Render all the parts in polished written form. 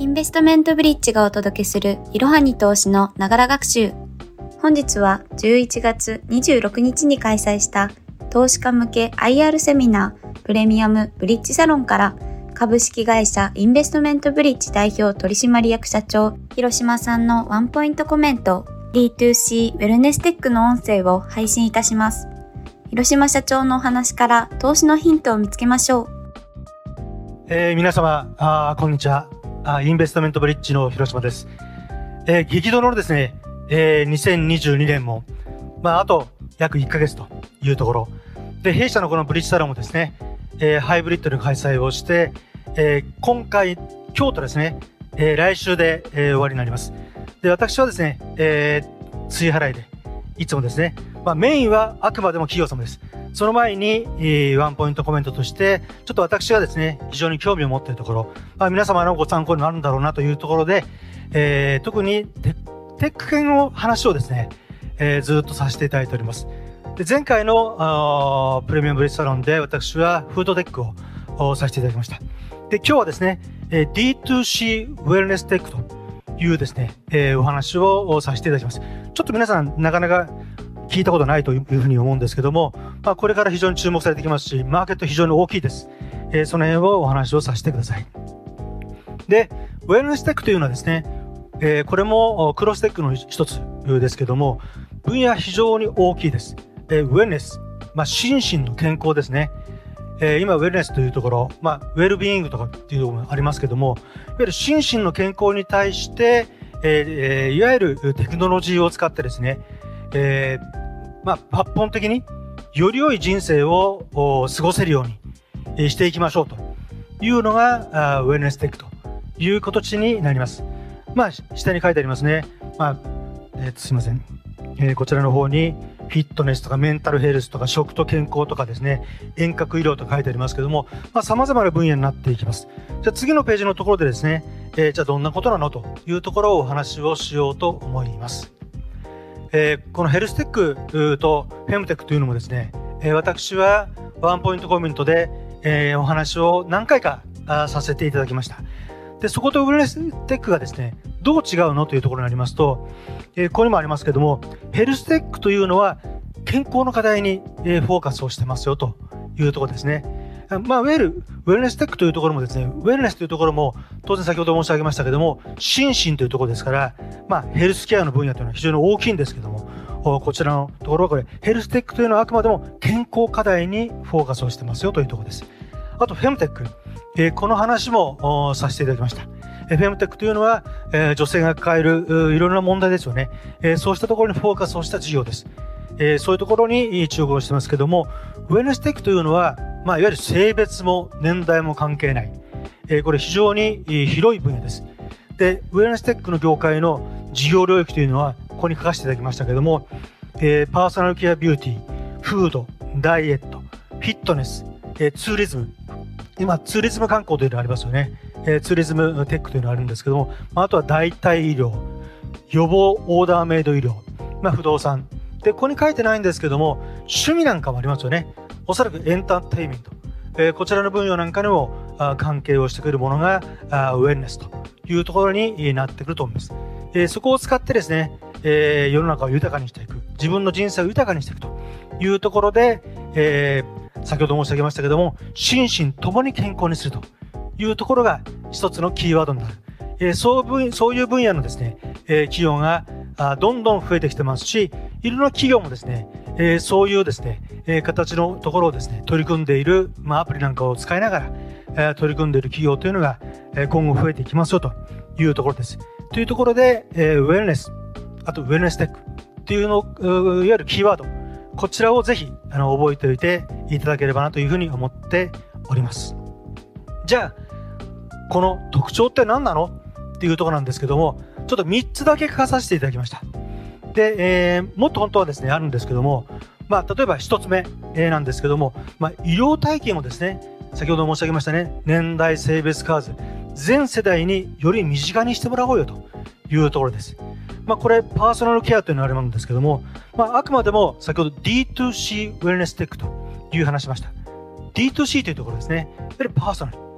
インベストメントブリッジがお届けするいろはに投資のながら学習。本日は11月26日に開催した投資家向け IR セミナープレミアムブリッジサロンから株式会社インベストメントブリッジ代表取締役社長広島さんのワンポイントコメント D2C ウェルネステックの音声を配信いたします。広島社長のお話から投資のヒントを見つけましょう。 皆様こんにちは。インベストメントブリッジの広島です。激動のですね、2022年も、あと約1ヶ月というところで、弊社のこのブリッジサロンもですね、ハイブリッドで開催をして、今日とですね、来週で、終わりになります。で、私はですね、追払いでいつもですね、メインはあくまでも企業様です。その前に、ワンポイントコメントとして、ちょっと私がですね、非常に興味を持っているところ、皆様のご参考になるんだろうなというところで、特にテック系の話をですね、ずっとさせていただいております。で、前回のプレミアムブリッジサロンで私はフードテックをさせていただきました。で、今日はですね、D2C ウェルネステックというですね、お話をさせていただきます。ちょっと皆さんなかなか聞いたことないというふうに思うんですけども、これから非常に注目されてきますし、マーケット非常に大きいです。その辺をお話をさせてください。で、ウェルネステックというのはですね、これもクロステックの一つですけども、分野非常に大きいです。ウェルネス、心身の健康ですね。今ウェルネスというところ、ウェルビーイングとかっていうのもありますけども、いわゆる心身の健康に対して、いわゆるテクノロジーを使ってですね、抜本的により良い人生を過ごせるようにしていきましょうというのがウェルネステックという形になります。下に書いてありますね。すいません。こちらの方にフィットネスとかメンタルヘルスとか食と健康とかですね、遠隔医療と書いてありますけども、様々な分野になっていきます。じゃあ次のページのところでですね、じゃあどんなことなのというところをお話をしようと思います。このヘルステックとフェムテックというのもですね、私はワンポイントコメントで、お話を何回かさせていただきました。で、そことウェルネステックがですね、どう違うのというところになりますと、ここにもありますけども、ヘルステックというのは健康の課題に、フォーカスをしてますよというところですね。いわゆるウェルネステックというところもですね、ウェルネスというところも当然先ほど申し上げましたけども、心身というところですから、ヘルスケアの分野というのは非常に大きいんですけども、こちらのところはこれ、ヘルステックというのはあくまでも健康課題にフォーカスをしてますよというところです。あと、フェムテック。この話もさせていただきました。フェムテックというのは、女性が抱えるいろいろな問題ですよね。そうしたところにフォーカスをした事業です。そういうところに注目をしてますけども、ウェルネステックというのは、いわゆる性別も年代も関係ない。これ非常に広い分野です。で、ウェルネステックの業界の事業領域というのは、ここに書かせていただきましたけども、パーソナルケアビューティー、フード、ダイエット、フィットネス、ツーリズム。今、ツーリズム観光というのがありますよね。ツーリズムテックというのがあるんですけども、あとは代替医療、予防オーダーメイド医療、不動産。で、ここに書いてないんですけども、趣味なんかもありますよね。おそらくエンターテイメント。こちらの分野なんかにも関係をしてくるものがウェルネスというところになってくると思います。そこを使ってですね、世の中を豊かにしていく、自分の人生を豊かにしていくというところで、先ほど申し上げましたけども、心身ともに健康にするというところが一つのキーワードになる。そういう分野のですね、企業がどんどん増えてきてますし、いろんな企業もですね、そういうですね、形のところをですね、取り組んでいる、アプリなんかを使いながら、取り組んでいる企業というのが、今後増えていきますよというところです。というところで、ウェルネス、あとウェルネステックっていうのを、いわゆるキーワード、こちらをぜひ覚えておいていただければなというふうに思っております。じゃあ、この特徴って何なのっていうところなんですけども、ちょっと3つだけ書かさせていただきました。で、もっと本当はですね、あるんですけども、例えば1つ目、なんですけども、医療体系もですね、先ほど申し上げましたね、年代、性別問わず、全世代により身近にしてもらおうよというところです。これ、パーソナルケアというのがあるんですけども、あくまでも先ほど D2C ウェルネステックという話しました。D2C というところですね。やはりパーソナル。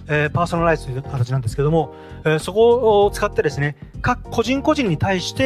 パーソナライズという形なんですけども、そこを使ってですね、各個人個人に対して、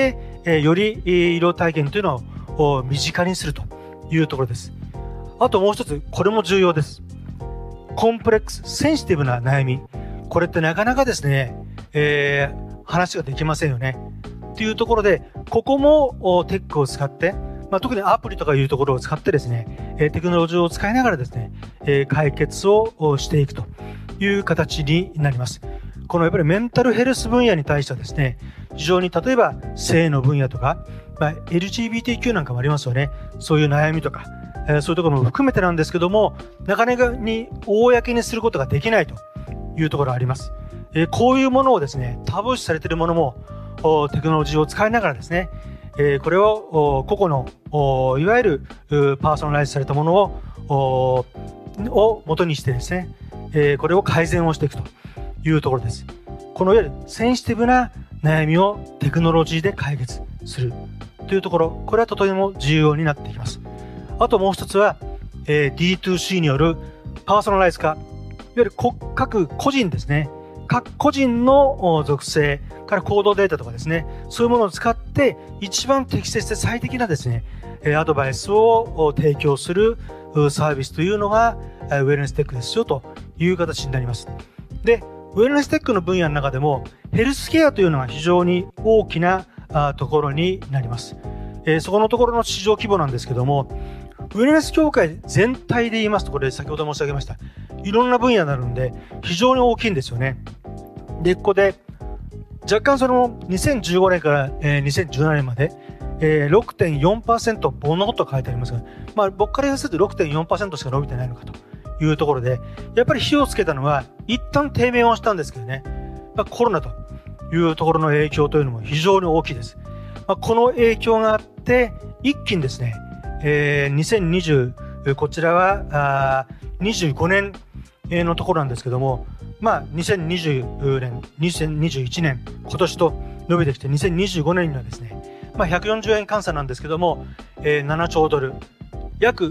より医療体験というのを身近にするというところです。あともう一つ、これも重要です。コンプレックス、センシティブな悩み。これってなかなかですね、話ができませんよね。というところで、ここもテックを使って、特にアプリとかいうところを使ってですね、テクノロジーを使いながらですね、解決をしていくという形になります。このやっぱりメンタルヘルス分野に対してはですね、非常に例えば性の分野とか、LGBTQ なんかもありますよね。そういう悩みとか、そういうところも含めてなんですけども、なかなかに公にすることができないというところがあります。こういうものをですね、タブー視されているものもテクノロジーを使いながらですね、これを個々のいわゆるパーソナライズされたものを元にしてですね、これを改善をしていくというところです。このいわゆるセンシティブな悩みをテクノロジーで解決するというところ、これはとても重要になってきます。あともう一つは、D2C によるパーソナライズ化、いわゆる各個人ですね、各個人の属性から行動データとかですね、そういうものを使って一番適切で最適なですね、アドバイスを提供するサービスというのがウェルネステックですよという形になります。で、ウェルネステックの分野の中でもヘルスケアというのが非常に大きなところになります。そこのところの市場規模なんですけども、ウェルネス協会全体で言いますと、これ先ほど申し上げました、いろんな分野になるんで非常に大きいんですよね。で、ここで若干その2015年から、2017年まで、6.4% ボノと書いてありますが、僕から言わせると 6.4% しか伸びてないのかというところで、やっぱり火をつけたのは一旦低迷をしたんですけどね、コロナというところの影響というのも非常に大きいです。この影響があって一気にですね、2020、こちらは25年のところなんですけども、2020年、2021年、今年と伸びてきて、2025年にはですね、140円換算なんですけども、7兆ドル、約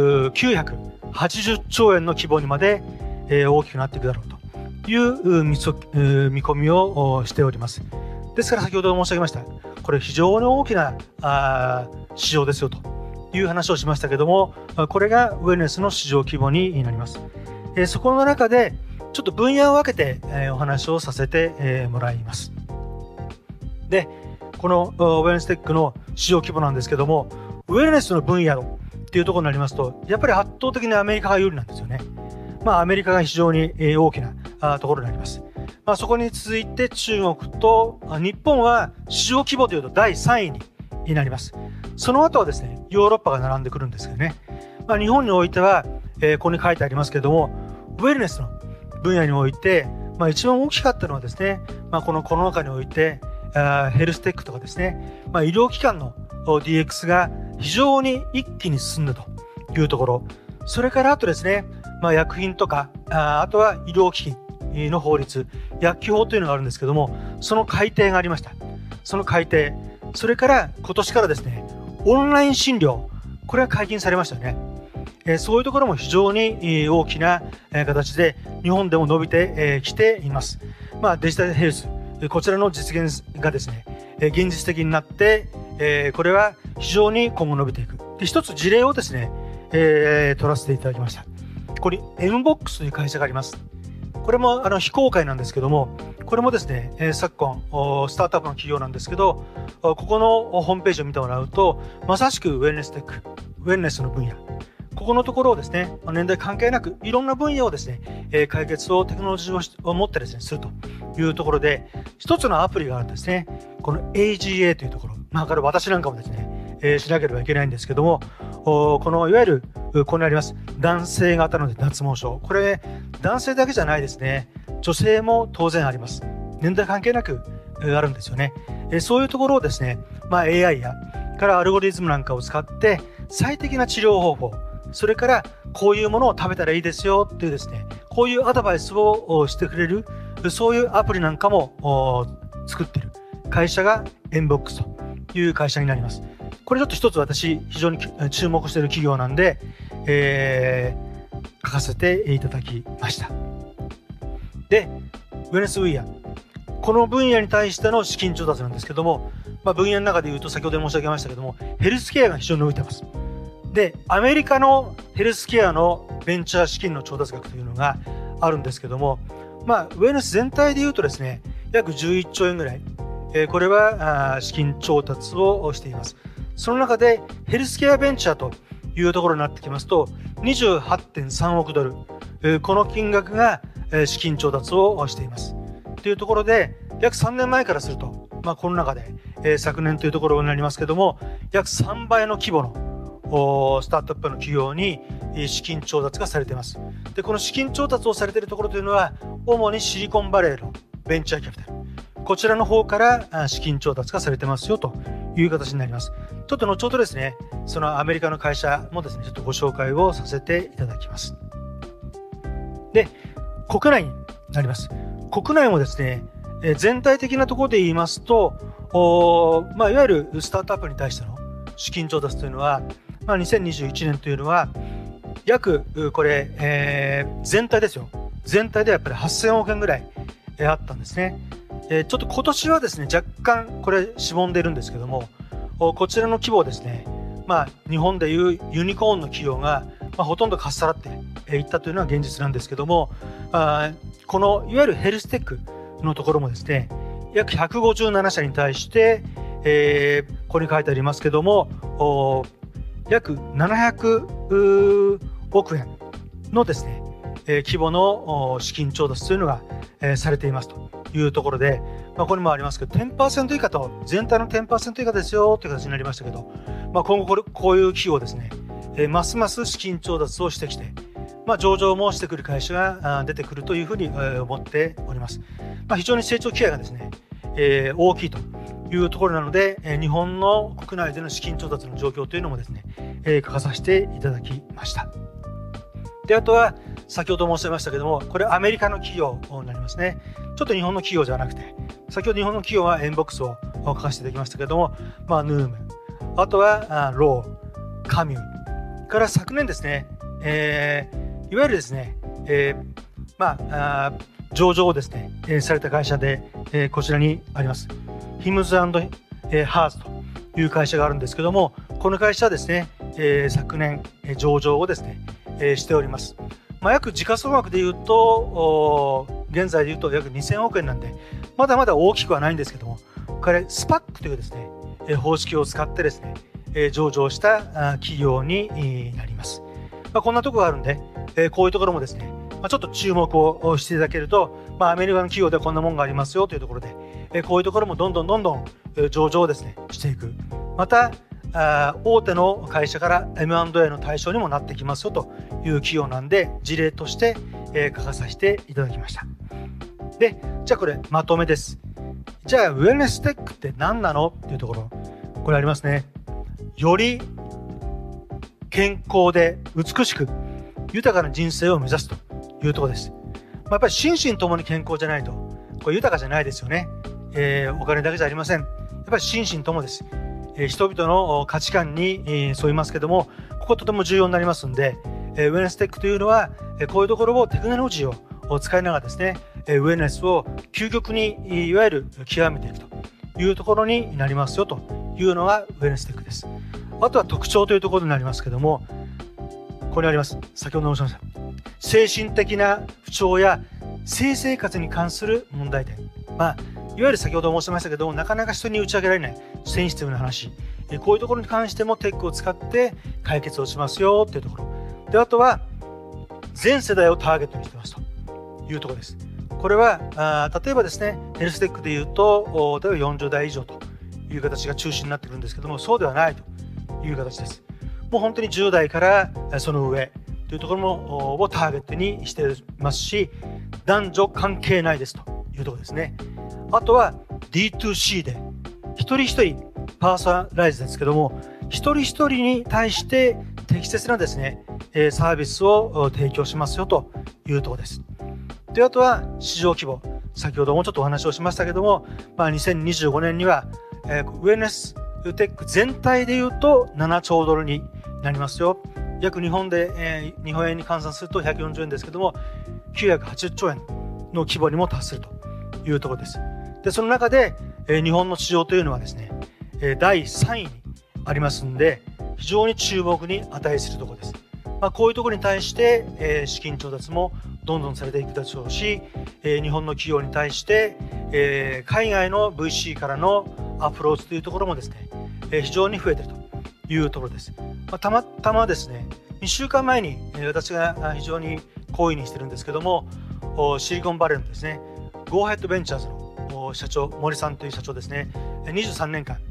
980兆円の規模にまで大きくなっていくだろうという見込みをしております。ですから先ほど申し上げました、これ非常に大きな市場ですよという話をしましたけども、これがウェルネスの市場規模になります。そこの中でちょっと分野を分けてお話をさせてもらいます。で、このウェルネステックの市場規模なんですけども、ウェルネスの分野っていうところになりますと、やっぱり圧倒的にアメリカが有利なんですよね。アメリカが非常に大きなところになります。そこに続いて中国と日本は市場規模というと第3位になります。その後はですね、ヨーロッパが並んでくるんですけどね。日本においては、ここに書いてありますけども、ウェルネスの分野において、一番大きかったのはですね、このコロナ禍においてヘルステックとかですね、医療機関の DX が非常に一気に進んだというところ、それからあとですね、薬品とか、あとは医療機器の法律、薬機法というのがあるんですけども、その改定がありました。その改定、それから今年からですね、オンライン診療、これが解禁されましたよね。そういうところも非常に大きな形で日本でも伸びてきています。デジタルヘルス、こちらの実現がですね、現実的になって、これは非常に今後伸びていく。で、一つ事例をですね、取らせていただきました。これ MBOX という会社があります。これも非公開なんですけども、これもですね、昨今スタートアップの企業なんですけど、ここのホームページを見てもらうと、まさしくウェルネステック、ウェルネスの分野、ここのところをですね、年代関係なくいろんな分野をですね、解決をテクノロジーを持ってですね、するというところで、一つのアプリがあるんですね。この AGA というところ、これ私なんかもですね、しなければいけないんですけども、このいわゆるここにあります男性型の脱毛症、これ男性だけじゃないですね、女性も当然あります。年代関係なくあるんですよね。そういうところをですね、AI やからアルゴリズムなんかを使って最適な治療方法、それからこういうものを食べたらいいですよっていうですね、こういうアドバイスをしてくれる、そういうアプリなんかも作っている会社が MBOX という会社になります。これちょっと一つ私非常に注目している企業なんで、書かせていただきました。 で、ウェルネスウィア、この分野に対しての資金調達なんですけども、分野の中で言うと先ほど申し上げましたけども、ヘルスケアが非常に伸びてます。で、アメリカのヘルスケアのベンチャー資金の調達額というのがあるんですけども、ウェルネス全体で言うとですね、約11兆円ぐらい、これは資金調達をしています。その中でヘルスケアベンチャーというところになってきますと、28.3 億ドル、この金額が資金調達をしています。というところで、約3年前からすると、この中で、昨年というところになりますけども、約3倍の規模のスタートアップの企業に資金調達がされています。で、この資金調達をされているところというのは、主にシリコンバレーのベンチャーキャピタル、こちらの方から資金調達がされてますよという形になります。ちょっと後ほどですね、そのアメリカの会社もですね、ちょっとご紹介をさせていただきます。で、国内になります。国内もですね、全体的なところで言いますと、いわゆるスタートアップに対しての資金調達というのは、2021年というのは約これ、全体ですよ。全体でやっぱり8000億円ぐらいあったんですね。ちょっと今年はですね、若干これしぼんでいるんですけども、こちらの規模をですね、日本でいうユニコーンの企業が、ほとんどかっさらっていったというのは現実なんですけども、このいわゆるヘルステックのところもですね、約157社に対して、ここに書いてありますけども、約700億円のですね、規模の資金調達というのが、されていますというところで、ここにもありますけど 10% 以下と全体の 10% 以下ですよという形になりましたけど、今後こういう企業ですね、ますます資金調達をしてきて、上場もしてくる会社が出てくるというふうに思っております。非常に成長機会がですね、大きいというところなので、日本の国内での資金調達の状況というのもですね、書かさせていただきました。で、あとは先ほど申し上げましたけども、これアメリカの企業になりますね。ちょっと日本の企業じゃなくて、先ほど日本の企業はエンボックスを書かせていただきましたけども、ヌーム、あとはロー、カミュから昨年ですね、いわゆるですね、上場をですね、された会社で、こちらにありますヒムズ&ハーズという会社があるんですけども、この会社はですね、昨年上場をですね、しております。約時価総額でいうと現在でいうと約2000億円なんで、まだまだ大きくはないんですけども、これスパックというですね、方式を使ってですね、上場した企業になります。こんなところがあるんで、こういうところもですね、ちょっと注目をしていただけると、アメリカの企業ではこんなもんがありますよというところで、こういうところもどんどん上場をですねしていく。また大手の会社から M&A の対象にもなってきますよという企業なんで、事例として、書かさせていただきました。で、じゃあこれまとめです。じゃあウェルネステックって何なのっていうところ、これありますね。より健康で美しく豊かな人生を目指すというところです。やっぱり心身ともに健康じゃないとこれ豊かじゃないですよね。お金だけじゃありません。やっぱり心身ともです。人々の価値観に沿いますけども、こことても重要になりますんで、ウェルネステックというのはこういうところをテクノロジーを使いながらですね、ウェルネスを究極にいわゆる極めていくというところになりますよというのがウェルネステックです。あとは特徴というところになりますけども、ここにあります。先ほど申しました精神的な不調や性生活に関する問題点、いわゆる先ほど申しましたけども、なかなか人に打ち明けられないセンシティブな話、こういうところに関してもテックを使って解決をしますよというところで、あとは全世代をターゲットにしてますというところです。これは例えばですね、ヘルステックでいうと例えば40代以上という形が中心になってくるんですけども、そうではないという形です。もう本当に10代からその上というところもをターゲットにしていますし、男女関係ないですというところですね。あとは D2C で一人一人パーソナライズですけども、一人一人に対して適切なですねサービスを提供しますよというところです。で、あとは市場規模、先ほどもちょっとお話をしましたけども、2025年にはウェルネステック全体でいうと7兆ドルになりますよ。約日本で、日本円に換算すると140円ですけども、980兆円の規模にも達するというところです。で、その中で、日本の市場というのはですね、第3位にありますんで、非常に注目に値するところです。こういうところに対して、資金調達もどんどんされていくでしょうし、日本の企業に対して、海外の VC からのアプローチというところもですね、非常に増えているというところです。たまたまですね、2週間前に、私が非常に好意にしてるんですけども、シリコンバレーのですね、ゴーヘッドベンチャーズの社長、森さんという社長ですね、23年間、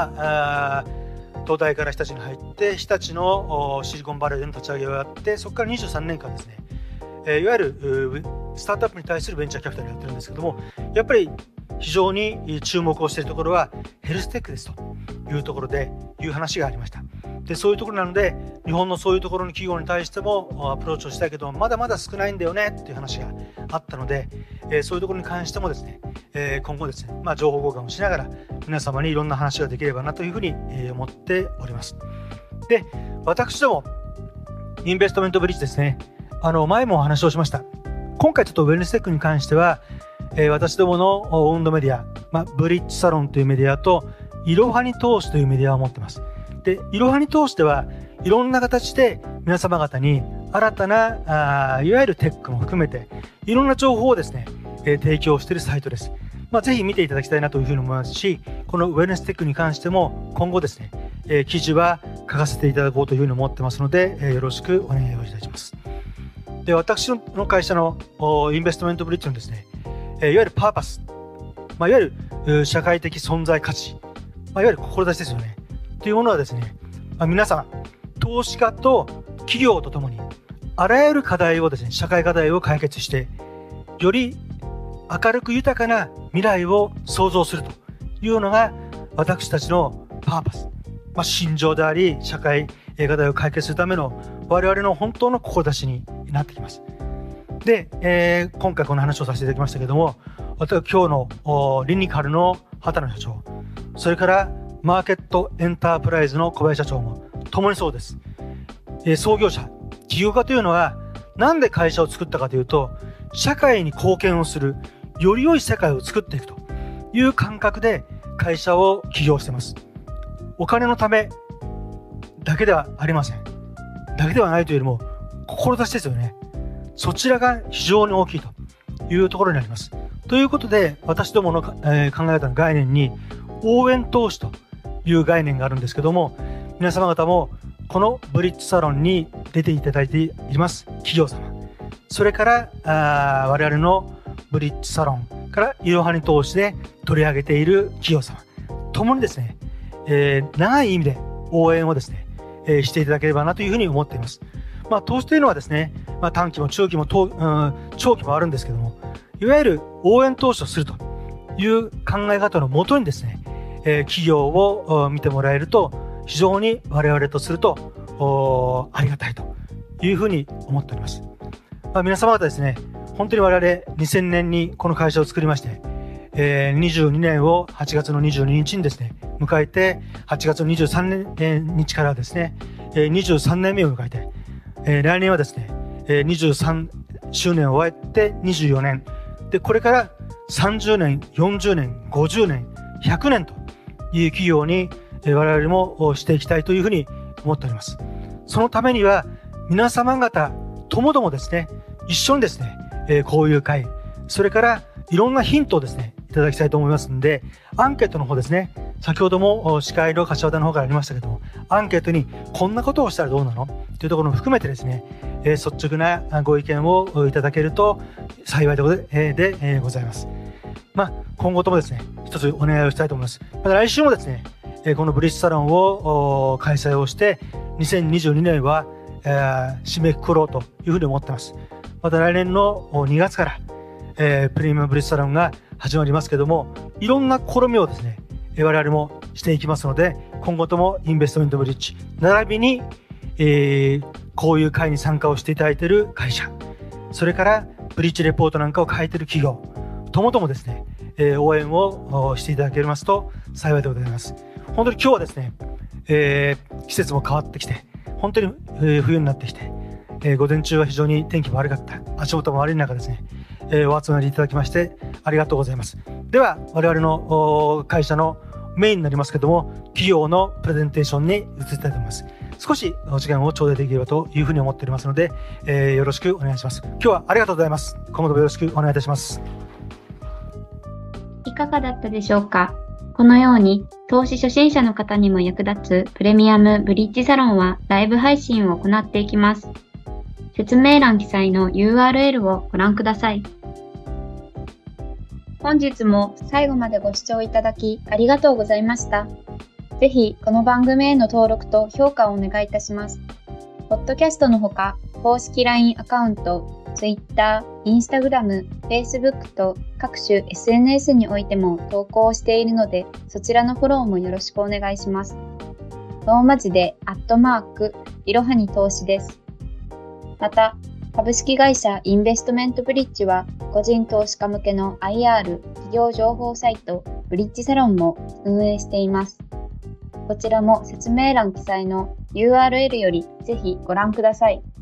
東大から日立に入って、日立のシリコンバレーでの立ち上げをやって、そこから23年間ですね、いわゆるスタートアップに対するベンチャーキャピタルをやってるんですけども、やっぱり非常に注目をしているところはヘルステックですというところでいう話がありました。で、そういうところなので、日本のそういうところの企業に対してもアプローチをしたいけど、まだまだ少ないんだよねっていう話があったので、そういうところに関してもですね、今後ですね、情報交換をしながら皆様にいろんな話ができればなというふうに思っております。で、私どもインベストメントブリッジですね、前もお話をしました。今回ちょっとウェルネステックに関しては、私どものオウンドメディア、ブリッジサロンというメディアといろはに投資というメディアを持っています。で、いろはに投資ではいろんな形で皆様方に新たないわゆるテックも含めていろんな情報をですね、提供しているサイトです。ぜひ見ていただきたいなというふうに思いますし、このウェルネステックに関しても今後ですね、記事は書かせていただこうというふうに思ってますので、よろしくお願いをいたします。で、私の会社のインベストメントブリッジのですね、いわゆるパーパス、いわゆる社会的存在価値、いわゆる志ですよね。というものはですね、皆様、投資家と企業とともにあらゆる課題をですね、社会課題を解決して、より明るく豊かな未来を創造するというのが私たちのパーパス、信条であり、社会課題を解決するための我々の本当の志になってきます。で、今回この話をさせていただきましたけども、私は今日のリニカルの畑野社長、それからマーケットエンタープライズの小林社長も共にそうです。創業者、起業家というのはなんで会社を作ったかというと、社会に貢献をする、より良い世界を作っていくという感覚で会社を起業しています。お金のためだけではありません。だけではないというよりも志ですよね。そちらが非常に大きいというところになります。ということで、私どもの、考え方の概念に応援投資という概念があるんですけども、皆様方もこのブリッジサロンに出ていただいています企業様、それから我々のブリッジサロンからいろはに投資で取り上げている企業様ともにですね、長い意味で応援をですね、していただければなというふうに思っています。投資というのはですね、短期も中期も長期もあるんですけども、いわゆる応援投資をするという考え方のもとにですね、企業を見てもらえると非常に我々とするとありがたいというふうに思っております。皆様方ですね、本当に我々2000年にこの会社を作りまして、22年を8月の22日にですね迎えて、8月の23日からですね23年目を迎えて、来年はですね23周年を終えて24年で、これから30年40年50年100年という企業に我々もしていきたいというふうに思っております。そのためには皆様方ともどもですね、一緒にですね、こういう会、それからいろんなヒントをですねいただきたいと思いますので、アンケートの方ですね、先ほども司会の柏田の方からありましたけども、アンケートにこんなことをしたらどうなのというところも含めてですね、率直なご意見をいただけると幸いでございます。今後ともですね一つお願いをしたいと思います。また来週もですねこのブリッジサロンを開催をして2022年は締めくくろうというふうに思っています。また来年の2月からプレミアムブリッジサロンが始まりますけども、いろんな試みをですね我々もしていきますので、今後ともインベストメントブリッジ並びに、こういう会に参加をしていただいている会社、それからブリッジレポートなんかを書いている企業ともどもですね、応援をしていただけますと幸いでございます。本当に今日はですね、季節も変わってきて本当に、冬になってきて、午前中は非常に天気も悪かった、足元も悪い中ですね、 お集まりいただきましてありがとうございます。では我々の会社のメインになりますけども、企業のプレゼンテーションに移りたいと思います。少しお時間を頂戴できればというふうに思っておりますので、よろしくお願いします。今日はありがとうございます。今後ともよろしくお願いいたします。 いかがだったでしょうか。このように投資初心者の方にも役立つプレミアムブリッジサロンはライブ配信を行っていきます。説明欄記載の URL をご覧ください。本日も最後までご視聴いただきありがとうございました。ぜひこの番組への登録と評価をお願いいたします。ポッドキャストのほか、公式 LINE アカウント、Twitter、Instagram、Facebook と各種 SNS においても投稿をしているので、そちらのフォローもよろしくお願いします。ローマ字でいろはに投資です。また、株式会社インベストメントブリッジは個人投資家向けの IR 企業情報サイトブリッジサロンも運営しています。こちらも説明欄記載の URL よりぜひご覧ください。